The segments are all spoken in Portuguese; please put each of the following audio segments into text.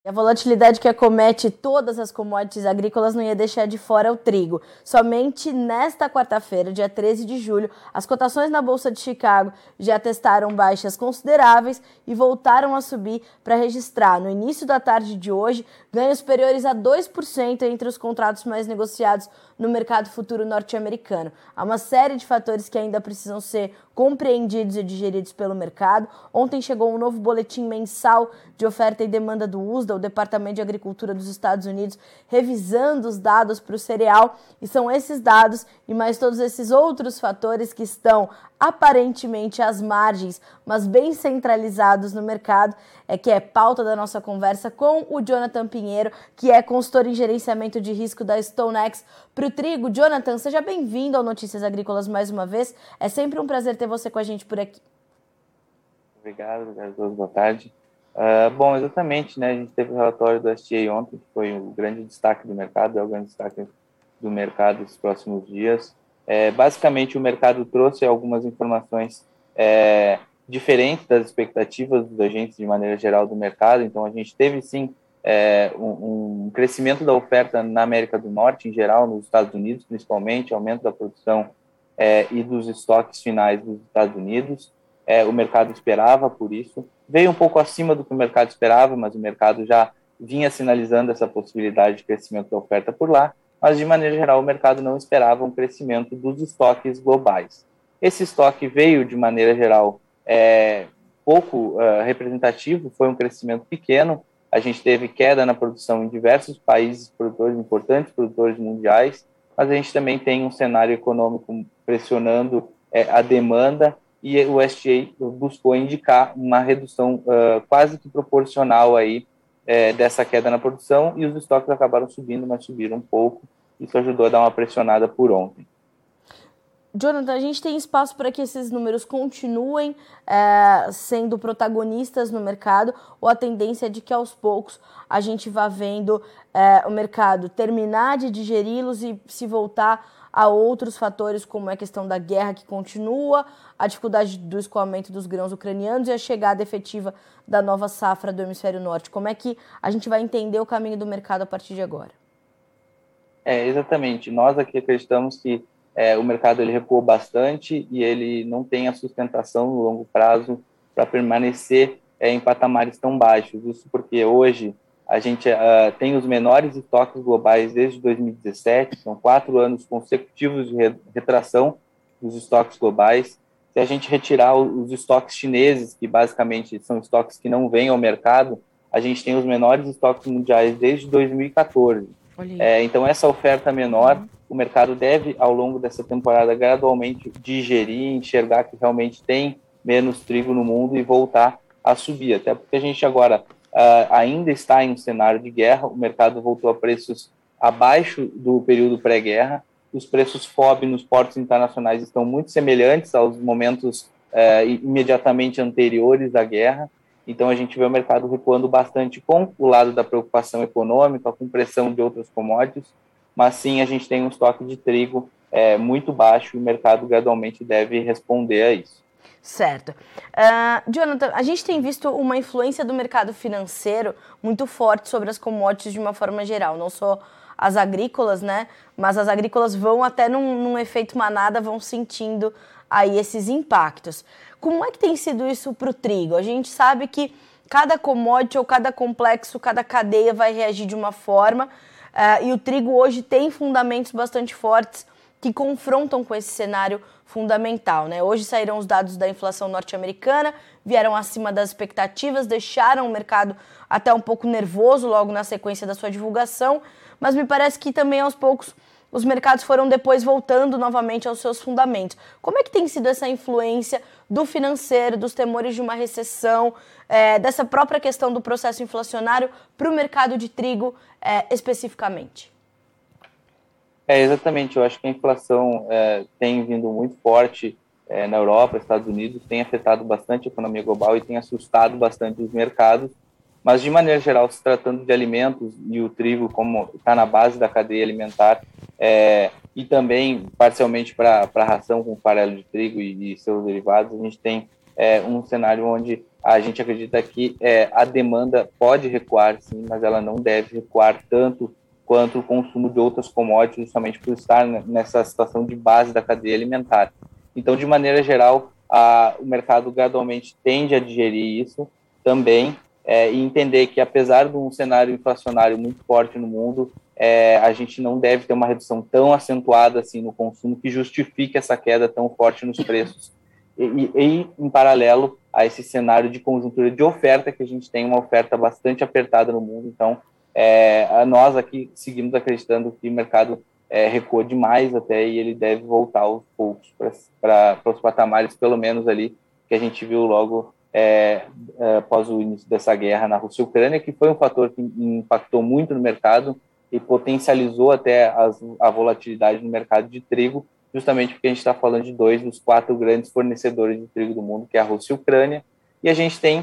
A volatilidade que acomete todas as commodities agrícolas não ia deixar de fora o trigo. Somente nesta quarta-feira, dia 13 de julho, as cotações na Bolsa de Chicago já testaram baixas consideráveis e voltaram a subir para registrar, no início da tarde de hoje, ganhos superiores a 2% entre os contratos mais negociados no mercado futuro norte-americano. Há uma série de fatores que ainda precisam ser compreendidos e digeridos pelo mercado. Ontem chegou um novo boletim mensal de oferta e demanda do USDA, o Departamento de Agricultura dos Estados Unidos, revisando os dados para o cereal, e são esses dados e mais todos esses outros fatores que estão aparentemente às margens, mas bem centralizados no mercado, que é pauta da nossa conversa com o Jonathan Pinheiro, que é consultor em gerenciamento de risco da StoneX para o trigo. Jonathan, seja bem-vindo ao Notícias Agrícolas mais uma vez. É sempre um prazer ter você com a gente por aqui. Obrigado a todos. Boa tarde. Bom, exatamente, né? A gente teve o relatório do STA ontem, que foi o grande destaque do mercado, é o grande destaque do mercado nos próximos dias. Basicamente, o mercado trouxe algumas informações diferentes das expectativas dos agentes de maneira geral do mercado. Então, a gente teve, sim, um crescimento da oferta na América do Norte, em geral, nos Estados Unidos, principalmente, aumento da produção e dos estoques finais dos Estados Unidos. O mercado esperava por isso. Veio um pouco acima do que o mercado esperava, mas o mercado já vinha sinalizando essa possibilidade de crescimento da oferta por lá. Mas, de maneira geral, o mercado não esperava um crescimento dos estoques globais. Esse estoque veio, de maneira geral, pouco representativo, foi um crescimento pequeno. A gente teve queda na produção em diversos países produtores, importantes produtores mundiais, mas a gente também tem um cenário econômico pressionando a demanda, e o STA buscou indicar uma redução quase que proporcional aí, dessa queda na produção, e os estoques acabaram subindo, mas subiram um pouco. Isso ajudou a dar uma pressionada por ontem. Jonathan, a gente tem espaço para que esses números continuem sendo protagonistas no mercado, ou a tendência é de que aos poucos a gente vá vendo o mercado terminar de digeri-los e se voltar a outros fatores, como a questão da guerra que continua, a dificuldade do escoamento dos grãos ucranianos e a chegada efetiva da nova safra do hemisfério norte? Como é que a gente vai entender o caminho do mercado a partir de agora? Exatamente. Nós aqui acreditamos que o mercado ele recuou bastante e ele não tem a sustentação no longo prazo para permanecer em patamares tão baixos. Isso porque hoje a gente tem os menores estoques globais desde 2017, são 4 anos consecutivos de retração dos estoques globais. Se a gente retirar os estoques chineses, que basicamente são estoques que não vêm ao mercado, a gente tem os menores estoques mundiais desde 2014. Então, essa oferta menor, o mercado deve, ao longo dessa temporada, gradualmente digerir, enxergar que realmente tem menos trigo no mundo e voltar a subir. Até porque a gente agora ainda está em um cenário de guerra, o mercado voltou a preços abaixo do período pré-guerra, os preços FOB nos portos internacionais estão muito semelhantes aos momentos imediatamente anteriores à guerra. Então, a gente vê o mercado recuando bastante com o lado da preocupação econômica, com pressão de outras commodities, mas sim, a gente tem um estoque de trigo muito baixo e o mercado gradualmente deve responder a isso. Certo. Jonathan, a gente tem visto uma influência do mercado financeiro muito forte sobre as commodities de uma forma geral, não só as agrícolas, né? Mas as agrícolas vão até num efeito manada, vão sentindo aí esses impactos. Como é que tem sido isso para o trigo? A gente sabe que cada commodity ou cada complexo, cada cadeia vai reagir de uma forma, e o trigo hoje tem fundamentos bastante fortes que confrontam com esse cenário fundamental, né? Hoje saíram os dados da inflação norte-americana, vieram acima das expectativas, deixaram o mercado até um pouco nervoso logo na sequência da sua divulgação, mas me parece que também aos poucos os mercados foram depois voltando novamente aos seus fundamentos. Como é que tem sido essa influência do financeiro, dos temores de uma recessão, dessa própria questão do processo inflacionário para o mercado de trigo especificamente? Exatamente, eu acho que a inflação tem vindo muito forte na Europa, Estados Unidos, tem afetado bastante a economia global e tem assustado bastante os mercados, mas de maneira geral, se tratando de alimentos e o trigo como está na base da cadeia alimentar, e também parcialmente para a ração com farelo de trigo e seus derivados, a gente tem um cenário onde a gente acredita que a demanda pode recuar, sim, mas ela não deve recuar tanto quanto o consumo de outras commodities, justamente por estar nessa situação de base da cadeia alimentar. Então, de maneira geral, o mercado gradualmente tende a digerir isso também, e entender que, apesar de um cenário inflacionário muito forte no mundo, a gente não deve ter uma redução tão acentuada assim no consumo que justifique essa queda tão forte nos preços. E em paralelo a esse cenário de conjuntura de oferta, que a gente tem uma oferta bastante apertada no mundo. Então, nós aqui seguimos acreditando que o mercado recuou demais até, e ele deve voltar aos poucos para os patamares, pelo menos ali, que a gente viu logo após o início dessa guerra na Rússia e Ucrânia, que foi um fator que impactou muito no mercado e potencializou até a volatilidade no mercado de trigo, justamente porque a gente está falando de 2 dos 4 grandes fornecedores de trigo do mundo, que é a Rússia e a Ucrânia, e a gente tem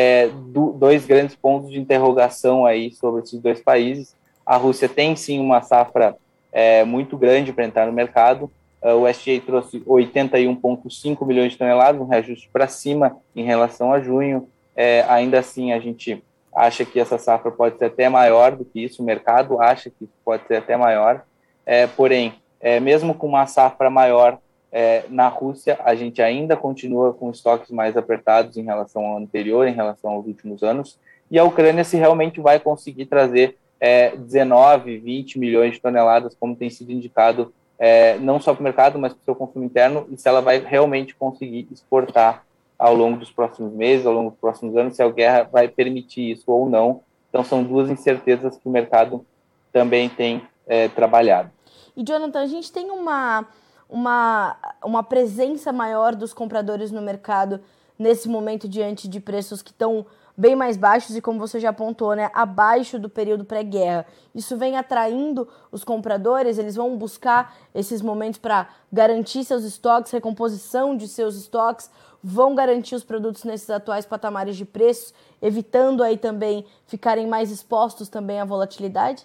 2 grandes pontos de interrogação aí sobre esses 2 países. A Rússia tem sim uma safra muito grande para entrar no mercado. O USDA trouxe 81,5 milhões de toneladas, um reajuste para cima em relação a junho. Ainda assim, a gente acha que essa safra pode ser até maior do que isso, o mercado acha que pode ser até maior, porém, mesmo com uma safra maior na Rússia, a gente ainda continua com estoques mais apertados em relação ao anterior, em relação aos últimos anos, e a Ucrânia, se realmente vai conseguir trazer 19, 20 milhões de toneladas, como tem sido indicado, não só para o mercado, mas para o seu consumo interno, e se ela vai realmente conseguir exportar ao longo dos próximos meses, ao longo dos próximos anos, se a guerra vai permitir isso ou não. Então, são 2 incertezas que o mercado também tem trabalhado. E, Jonathan, a gente tem uma presença maior dos compradores no mercado nesse momento, diante de preços que estão bem mais baixos e, como você já apontou, né, abaixo do período pré-guerra. Isso vem atraindo os compradores, eles vão buscar esses momentos para garantir seus estoques, recomposição de seus estoques, vão garantir os produtos nesses atuais patamares de preços, evitando aí também ficarem mais expostos também à volatilidade?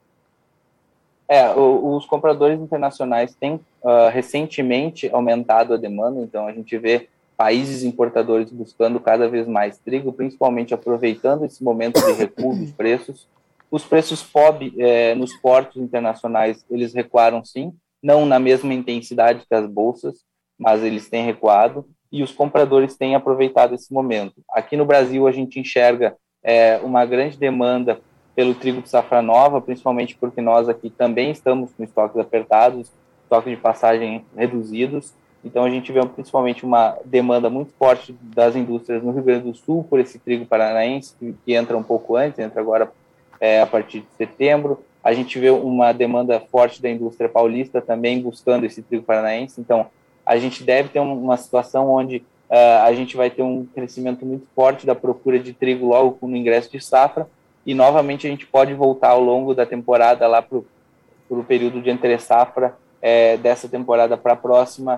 Os compradores internacionais têm recentemente aumentado a demanda, então a gente vê países importadores buscando cada vez mais trigo, principalmente aproveitando esse momento de recuo dos preços. Os preços FOB nos portos internacionais, eles recuaram sim, não na mesma intensidade que as bolsas, mas eles têm recuado, e os compradores têm aproveitado esse momento. Aqui no Brasil, a gente enxerga uma grande demanda pelo trigo de safra nova, principalmente porque nós aqui também estamos com estoques apertados, estoques de passagem reduzidos. Então, a gente vê principalmente uma demanda muito forte das indústrias no Rio Grande do Sul por esse trigo paranaense, que entra um pouco antes, entra agora a partir de setembro. A gente vê uma demanda forte da indústria paulista também buscando esse trigo paranaense. Então, a gente deve ter uma situação onde a gente vai ter um crescimento muito forte da procura de trigo logo com o ingresso de safra, e novamente a gente pode voltar ao longo da temporada lá para o período de entre-safra dessa temporada para a próxima,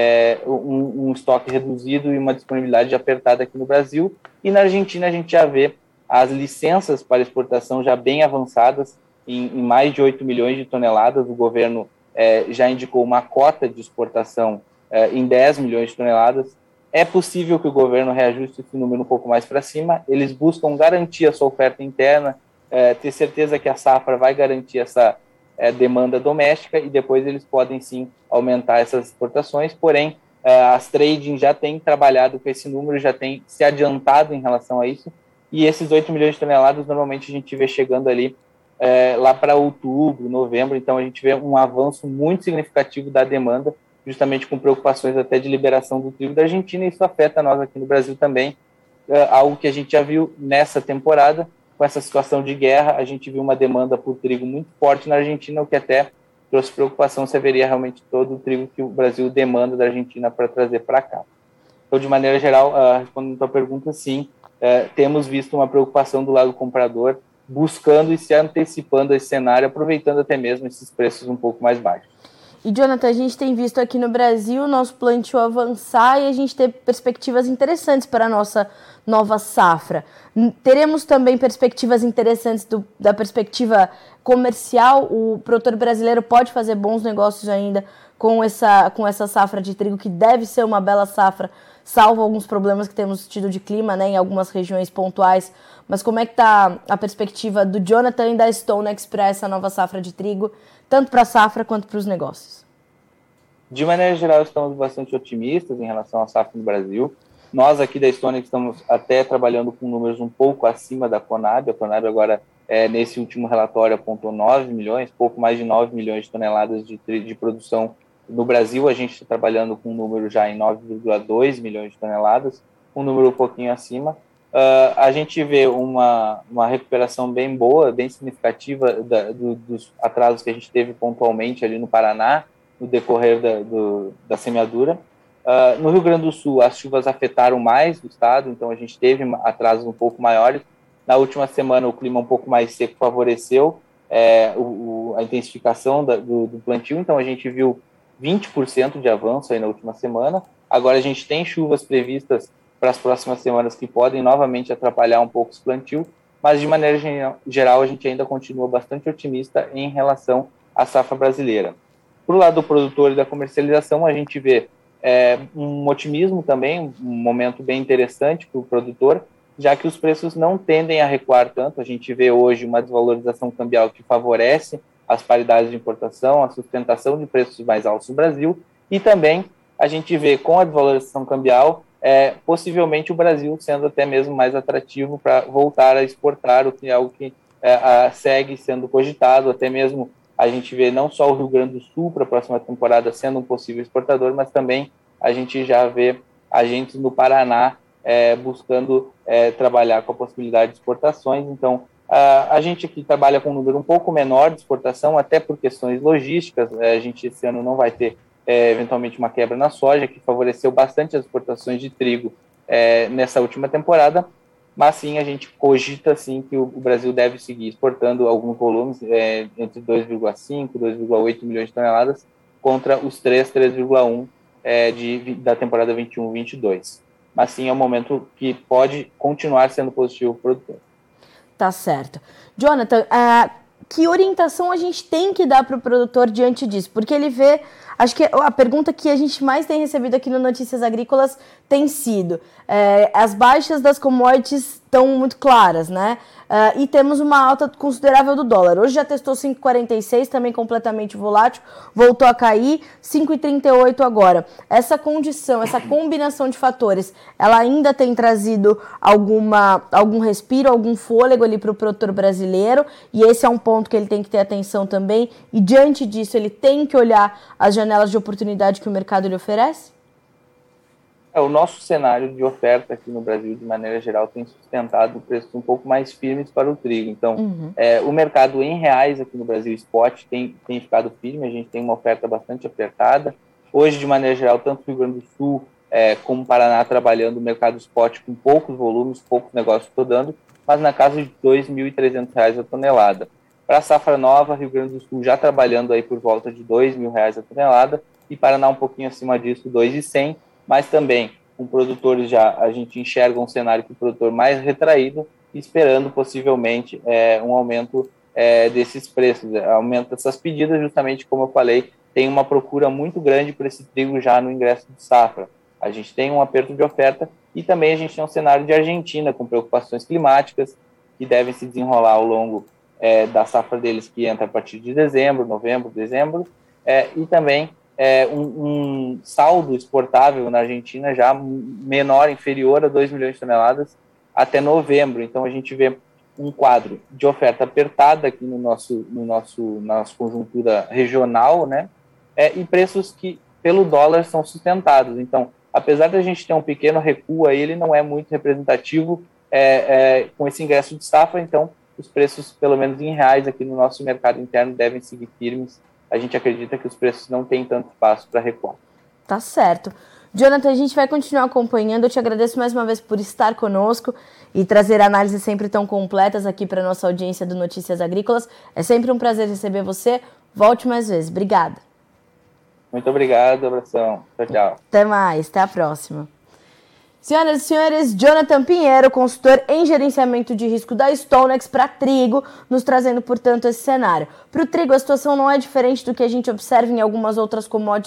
um estoque reduzido e uma disponibilidade apertada aqui no Brasil. E na Argentina a gente já vê as licenças para exportação já bem avançadas, em mais de 8 milhões de toneladas. O governo já indicou uma cota de exportação em 10 milhões de toneladas. É possível que o governo reajuste esse número um pouco mais para cima. Eles buscam garantir a sua oferta interna, ter certeza que a safra vai garantir essa demanda doméstica, e depois eles podem sim aumentar essas exportações. Porém, as trading já têm trabalhado com esse número, já têm se adiantado em relação a isso, e esses 8 milhões de toneladas normalmente a gente vê chegando ali lá para outubro, novembro. Então a gente vê um avanço muito significativo da demanda, justamente com preocupações até de liberação do trigo da Argentina, e isso afeta nós aqui no Brasil também, algo que a gente já viu nessa temporada. Com essa situação de guerra, a gente viu uma demanda por trigo muito forte na Argentina, o que até trouxe preocupação se haveria realmente todo o trigo que o Brasil demanda da Argentina para trazer para cá. Então, de maneira geral, respondendo a tua pergunta, sim, temos visto uma preocupação do lado comprador, buscando e se antecipando a esse cenário, aproveitando até mesmo esses preços um pouco mais baixos. E, Jonathan, a gente tem visto aqui no Brasil o nosso plantio avançar e a gente ter perspectivas interessantes para a nossa nova safra. Teremos também perspectivas interessantes da perspectiva comercial. O produtor brasileiro pode fazer bons negócios ainda com essa safra de trigo, que deve ser uma bela safra, salvo alguns problemas que temos tido de clima, né, em algumas regiões pontuais. Mas como é que está a perspectiva do Jonathan e da StoneX para essa nova safra de trigo, tanto para a safra quanto para os negócios? De maneira geral, estamos bastante otimistas em relação à safra no Brasil. Nós aqui da StoneX estamos até trabalhando com números um pouco acima da Conab. A Conab agora, nesse último relatório, apontou 9 milhões, pouco mais de 9 milhões de toneladas de produção no Brasil. A gente está trabalhando com um número já em 9,2 milhões de toneladas, um número um pouquinho acima. A gente vê uma recuperação bem boa, bem significativa dos atrasos que a gente teve pontualmente ali no Paraná, no decorrer da semeadura. No Rio Grande do Sul, as chuvas afetaram mais o estado, então a gente teve atrasos um pouco maiores. Na última semana, o clima um pouco mais seco favoreceu a intensificação do plantio, então a gente viu 20% de avanço aí na última semana. Agora a gente tem chuvas previstas para as próximas semanas que podem novamente atrapalhar um pouco os plantios, mas de maneira geral a gente ainda continua bastante otimista em relação à safra brasileira. Para o lado do produtor e da comercialização, a gente vê um otimismo também, um momento bem interessante para o produtor, já que os preços não tendem a recuar tanto. A gente vê hoje uma desvalorização cambial que favorece as paridades de importação, a sustentação de preços mais altos no Brasil, e também a gente vê com a desvalorização cambial, possivelmente o Brasil sendo até mesmo mais atrativo para voltar a exportar, o que é algo que segue sendo cogitado. Até mesmo a gente vê não só o Rio Grande do Sul para a próxima temporada sendo um possível exportador, mas também a gente já vê agentes no Paraná buscando trabalhar com a possibilidade de exportações. Então, a gente aqui trabalha com um número um pouco menor de exportação, até por questões logísticas. A gente esse ano não vai ter eventualmente uma quebra na soja, que favoreceu bastante as exportações de trigo nessa última temporada, mas sim a gente cogita sim, que o Brasil deve seguir exportando alguns volumes entre 2,5 e 2,8 milhões de toneladas contra os 3,1 da temporada 21-22. Mas sim é um momento que pode continuar sendo positivo para o produtor. Tá certo. Jonathan, que orientação a gente tem que dar para o produtor diante disso? Porque ele vê, acho que a pergunta que a gente mais tem recebido aqui no Notícias Agrícolas tem sido, as baixas das commodities estão muito claras, né? E temos uma alta considerável do dólar. Hoje já testou 5,46, também completamente volátil, voltou a cair, 5,38 agora. Essa condição, essa combinação de fatores, ela ainda tem trazido algum respiro, algum fôlego ali para o produtor brasileiro, e esse é um ponto que ele tem que ter atenção também, e diante disso ele tem que olhar as janelas de oportunidade que o mercado lhe oferece? O nosso cenário de oferta aqui no Brasil, de maneira geral, tem sustentado preços um pouco mais firmes para o trigo. Então, o mercado em reais aqui no Brasil, spot, tem ficado firme. A gente tem uma oferta bastante apertada. Hoje, de maneira geral, tanto o Rio Grande do Sul como o Paraná trabalhando o mercado spot com poucos volumes, poucos negócios rodando, mas na casa de R$ 2.300 a tonelada. Para a safra nova, Rio Grande do Sul já trabalhando aí por volta de R$ 2.000 a tonelada, e Paraná um pouquinho acima disso, R$ 2.100. Mas também com produtores a gente enxerga um cenário com o produtor mais retraído, esperando possivelmente um aumento desses preços, aumento dessas pedidas, justamente como eu falei, tem uma procura muito grande por esse trigo já no ingresso de safra. A gente tem um aperto de oferta e também a gente tem um cenário de Argentina com preocupações climáticas que devem se desenrolar ao longo da safra deles, que entra a partir de dezembro, novembro, dezembro, e também um saldo exportável na Argentina já menor, inferior a 2 milhões de toneladas até novembro. Então a gente vê um quadro de oferta apertada aqui nossa conjuntura regional, né? E preços que pelo dólar são sustentados. Então, apesar de a gente ter um pequeno recuo aí, ele não é muito representativo com esse ingresso de safra. Então os preços, pelo menos em reais aqui no nosso mercado interno, devem seguir firmes. A gente acredita que os preços não têm tanto espaço para recuar. Tá certo. Jonathan, a gente vai continuar acompanhando. Eu te agradeço mais uma vez por estar conosco e trazer análises sempre tão completas aqui para a nossa audiência do Notícias Agrícolas. É sempre um prazer receber você. Volte mais vezes. Obrigada. Muito obrigado. Abração. Tchau, tchau. Até mais. Até a próxima. Senhoras e senhores, Jonathan Pinheiro, consultor em gerenciamento de risco da StoneX para trigo, nos trazendo, portanto, esse cenário. Para o trigo, a situação não é diferente do que a gente observa em algumas outras commodities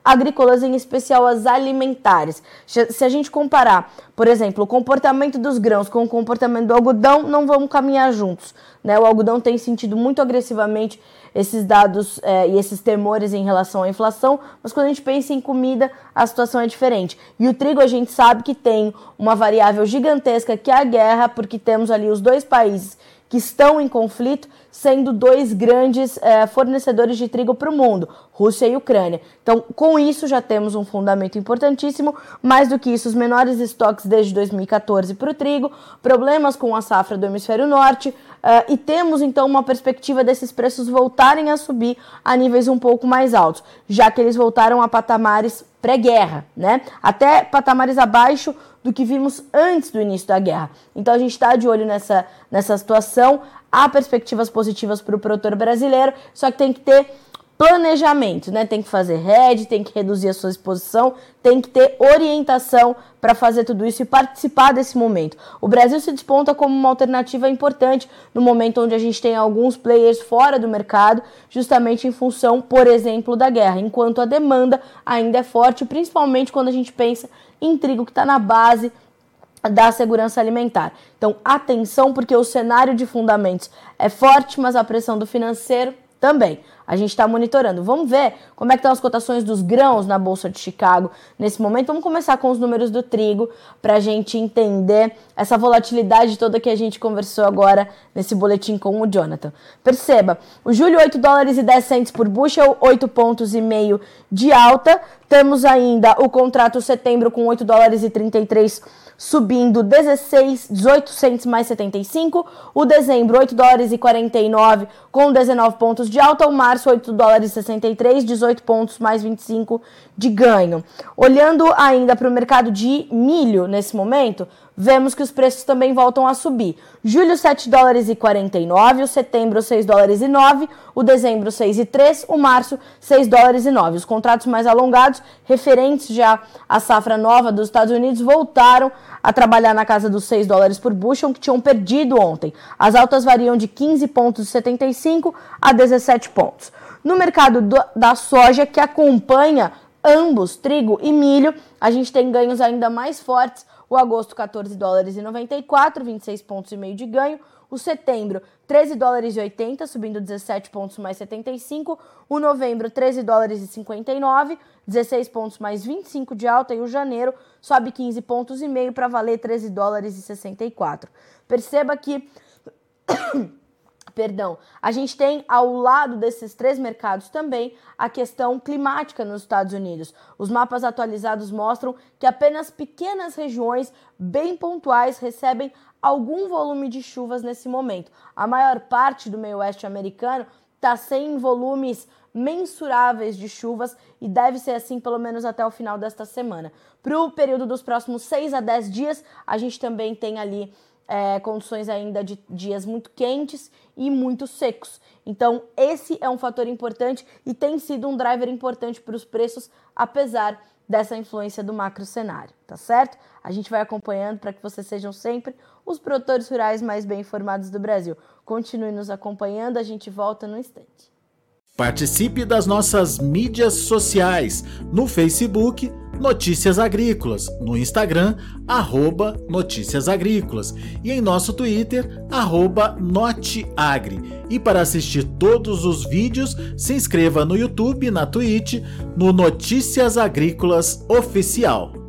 agrícolas, em especial as alimentares. Se a gente comparar, por exemplo, o comportamento dos grãos com o comportamento do algodão, não vamos caminhar juntos, né? O algodão tem sentido muito agressivamente esses dados e esses temores em relação à inflação, mas quando a gente pensa em comida, a situação é diferente. E o trigo a gente sabe que tem uma variável gigantesca, que é a guerra, porque temos ali os dois países que estão em conflito, sendo dois grandes fornecedores de trigo para o mundo, Rússia e Ucrânia. Então, com isso, já temos um fundamento importantíssimo. Mais do que isso, os menores estoques desde 2014 para o trigo, problemas com a safra do hemisfério norte, e temos, então, uma perspectiva desses preços voltarem a subir a níveis um pouco mais altos, já que eles voltaram a patamares pré-guerra, né? Até patamares abaixo do que vimos antes do início da guerra. Então a gente está de olho nessa situação. Há perspectivas positivas para o produtor brasileiro, só que tem que ter planejamento, né? Tem que fazer hedge, tem que reduzir a sua exposição, tem que ter orientação para fazer tudo isso e participar desse momento. O Brasil se desponta como uma alternativa importante no momento onde a gente tem alguns players fora do mercado, justamente em função, por exemplo, da guerra, enquanto a demanda ainda é forte, principalmente quando a gente pensa em trigo, que está na base da segurança alimentar. Então, atenção, porque o cenário de fundamentos é forte, mas a pressão do financeiro também. A gente está monitorando. Vamos ver como é que estão as cotações dos grãos na Bolsa de Chicago nesse momento. Vamos começar com os números do trigo para a gente entender essa volatilidade toda que a gente conversou agora nesse boletim com o Jonathan. Perceba, o julho $8,10 por bushel, 8,5 pontos de alta. Temos ainda o contrato setembro com $8,33 subindo 18 cents mais 75, o dezembro $8,49 com 19 pontos de alta, o março $8,63, 18 pontos mais 25 de ganho. Olhando ainda para o mercado de milho nesse momento, vemos que os preços também voltam a subir. Julho $7,49, o setembro $6,09, o dezembro $6,03, o março $6,09. Os contratos mais alongados, referentes já à safra nova dos Estados Unidos, voltaram a trabalhar na casa dos $6 por bushel, que tinham perdido ontem. As altas variam de 15,75 a 17 pontos. No mercado da soja, que acompanha ambos, trigo e milho, a gente tem ganhos ainda mais fortes. O agosto, $14,94, 26 pontos e meio de ganho. O setembro, $13,80, subindo 17 pontos mais 75. O novembro, $13,59, 16 pontos mais 25 de alta. E o janeiro sobe 15 pontos e meio para valer $13,64. Perceba que a gente tem ao lado desses três mercados também a questão climática nos Estados Unidos. Os mapas atualizados mostram que apenas pequenas regiões bem pontuais recebem algum volume de chuvas nesse momento. A maior parte do meio oeste americano está sem volumes mensuráveis de chuvas e deve ser assim pelo menos até o final desta semana. Para o período dos próximos 6 a 10 dias, a gente também tem ali condições ainda de dias muito quentes e muito secos. Então, esse é um fator importante e tem sido um driver importante para os preços, apesar dessa influência do macro cenário, tá certo? A gente vai acompanhando para que vocês sejam sempre os produtores rurais mais bem informados do Brasil. Continue nos acompanhando, a gente volta no instante. Participe das nossas mídias sociais, no Facebook, Notícias Agrícolas, no Instagram, @Notícias Agrícolas e em nosso Twitter, @Noteagri. E para assistir todos os vídeos, se inscreva no YouTube, na Twitch, no Notícias Agrícolas Oficial.